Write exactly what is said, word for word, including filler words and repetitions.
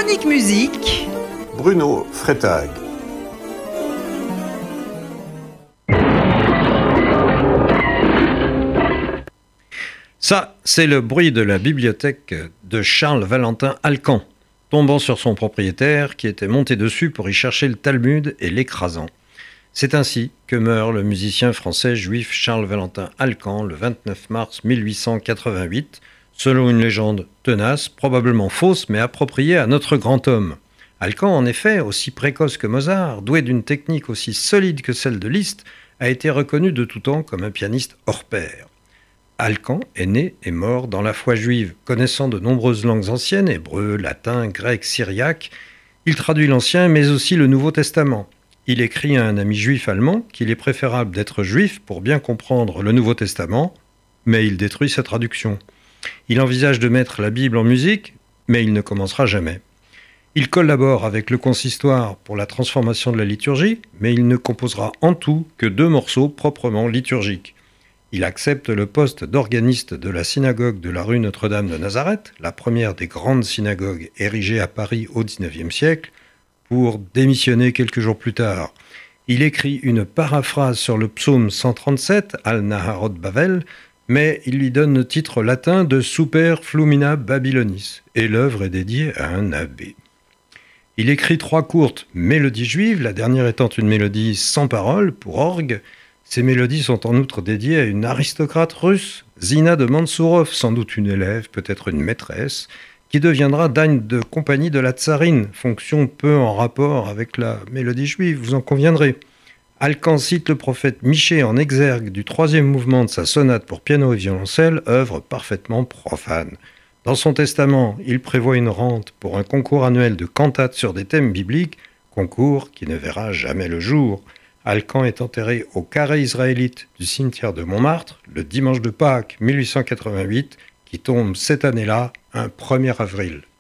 Chronique musique. Bruno Freitag. Ça, c'est le bruit de la bibliothèque de Charles Valentin Alcan, tombant sur son propriétaire qui était monté dessus pour y chercher le Talmud et l'écrasant. C'est ainsi que meurt le musicien français juif Charles Valentin Alcan le vingt-neuf mars mille huit cent quatre-vingt-huit, selon une légende tenace, probablement fausse mais appropriée à notre grand homme. Alcan, en effet, aussi précoce que Mozart, doué d'une technique aussi solide que celle de Liszt, a été reconnu de tout temps comme un pianiste hors pair. Alcan est né et mort dans la foi juive, connaissant de nombreuses langues anciennes, hébreu, latin, grec, syriaque. Il traduit l'Ancien mais aussi le Nouveau Testament. Il écrit à un ami juif allemand qu'il est préférable d'être juif pour bien comprendre le Nouveau Testament, mais il détruit sa traduction. Il envisage de mettre la Bible en musique, mais il ne commencera jamais. Il collabore avec le consistoire pour la transformation de la liturgie, mais il ne composera en tout que deux morceaux proprement liturgiques. Il accepte le poste d'organiste de la synagogue de la rue Notre-Dame de Nazareth, la première des grandes synagogues érigées à Paris au dix-neuvième siècle, pour démissionner quelques jours plus tard. Il écrit une paraphrase sur le psaume cent trente-sept, Al-Naharot Bavel, mais il lui donne le titre latin de Super Flumina Babylonis, et l'œuvre est dédiée à un abbé. Il écrit trois courtes mélodies juives, la dernière étant une mélodie sans paroles pour orgue. Ces mélodies sont en outre dédiées à une aristocrate russe, Zina de Mansourov, sans doute une élève, peut-être une maîtresse, qui deviendra dame de compagnie de la tsarine, fonction peu en rapport avec la mélodie juive, vous en conviendrez. Alcan cite le prophète Michée en exergue du troisième mouvement de sa sonate pour piano et violoncelle, œuvre parfaitement profane. Dans son testament, il prévoit une rente pour un concours annuel de cantates sur des thèmes bibliques, concours qui ne verra jamais le jour. Alcan est enterré au carré israélite du cimetière de Montmartre, le dimanche de Pâques mille huit cent quatre-vingt-huit, qui tombe cette année-là, un premier avril.